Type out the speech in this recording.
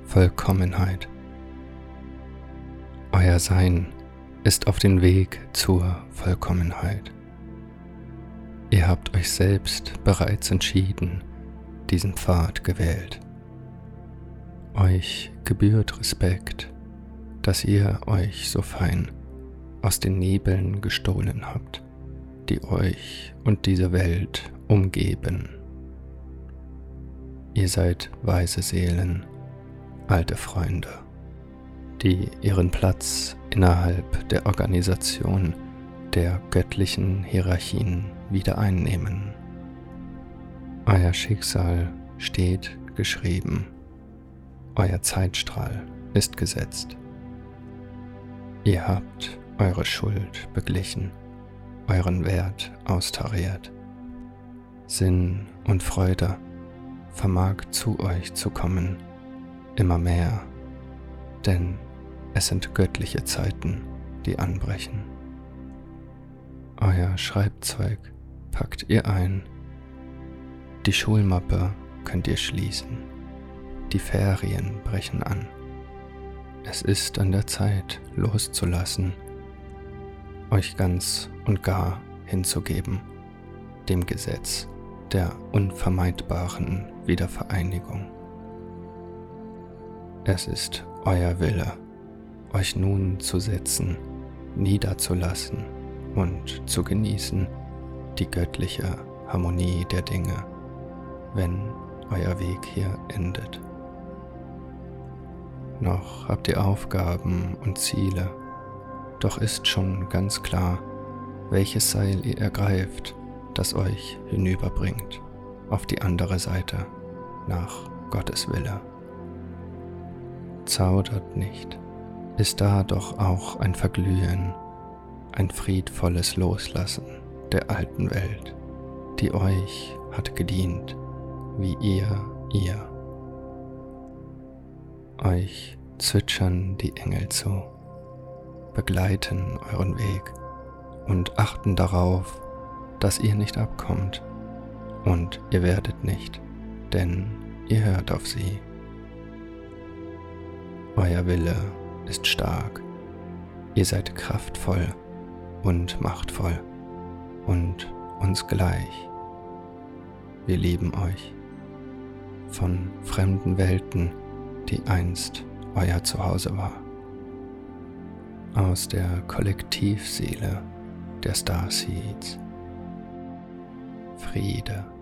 Vollkommenheit. Euer Sein ist auf dem Weg zur Vollkommenheit. Ihr habt euch selbst bereits entschieden, diesen Pfad gewählt. Euch gebührt Respekt, dass ihr euch so fein aus den Nebeln gestohlen habt, die euch und diese Welt umgeben. Ihr seid weise Seelen, alte Freunde, die ihren Platz innerhalb der Organisation der göttlichen Hierarchien wieder einnehmen. Euer Schicksal steht geschrieben, euer Zeitstrahl ist gesetzt. Ihr habt eure Schuld beglichen, euren Wert austariert. Sinn und Freude vermag zu euch zu kommen, immer mehr, denn es sind göttliche Zeiten, die anbrechen. Euer Schreibzeug packt ihr ein, die Schulmappe könnt ihr schließen, die Ferien brechen an. Es ist an der Zeit, loszulassen, euch ganz und gar hinzugeben, dem Gesetz der unvermeidbaren Wiedervereinigung. Es ist euer Wille, euch nun zu setzen, niederzulassen und zu genießen die göttliche Harmonie der Dinge, wenn euer Weg hier endet. Noch habt ihr Aufgaben und Ziele, doch ist schon ganz klar, welches Seil ihr ergreift, das euch hinüberbringt auf die andere Seite nach Gottes Wille. Zaudert nicht, ist da doch auch ein Verglühen, ein friedvolles Loslassen der alten Welt, die euch hat gedient, wie ihr. Euch zwitschern die Engel zu, begleiten euren Weg und achten darauf, dass ihr nicht abkommt, und ihr werdet nicht, denn ihr hört auf sie. Euer Wille ist stark, ihr seid kraftvoll und machtvoll und uns gleich. Wir lieben euch von fremden Welten, die einst euer Zuhause war. Aus der Kollektivseele der Starseeds. Friede.